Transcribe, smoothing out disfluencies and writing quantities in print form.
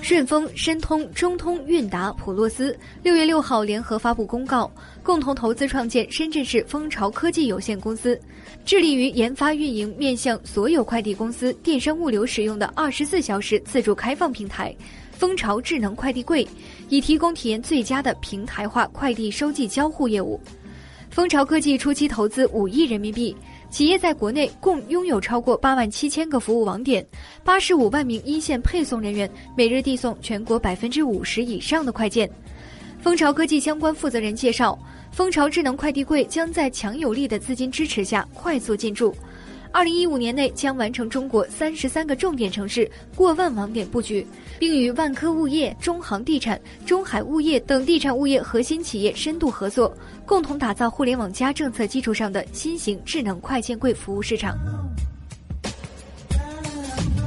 顺丰、申通、中通、韵达、普洛斯6月6号联合发布公告，共同投资创建深圳市蜂巢科技有限公司，致力于研发运营面向所有快递公司、电商物流使用的24小时自助开放平台蜂巢智能快递柜，以提供体验最佳的平台化快递收寄交互业务。蜂巢科技初期投资5亿人民币，企业在国内共拥有超过87000个服务网点，85万名一线配送人员，每日递送全国50%以上的快件。蜂巢科技相关负责人介绍，蜂巢智能快递柜将在强有力的资金支持下快速进驻，2015年内将完成中国33个重点城市过万网点布局，并与万科物业、中航地产、中海物业等地产物业核心企业深度合作，共同打造互联网+政策基础上的新型智能快件柜服务市场。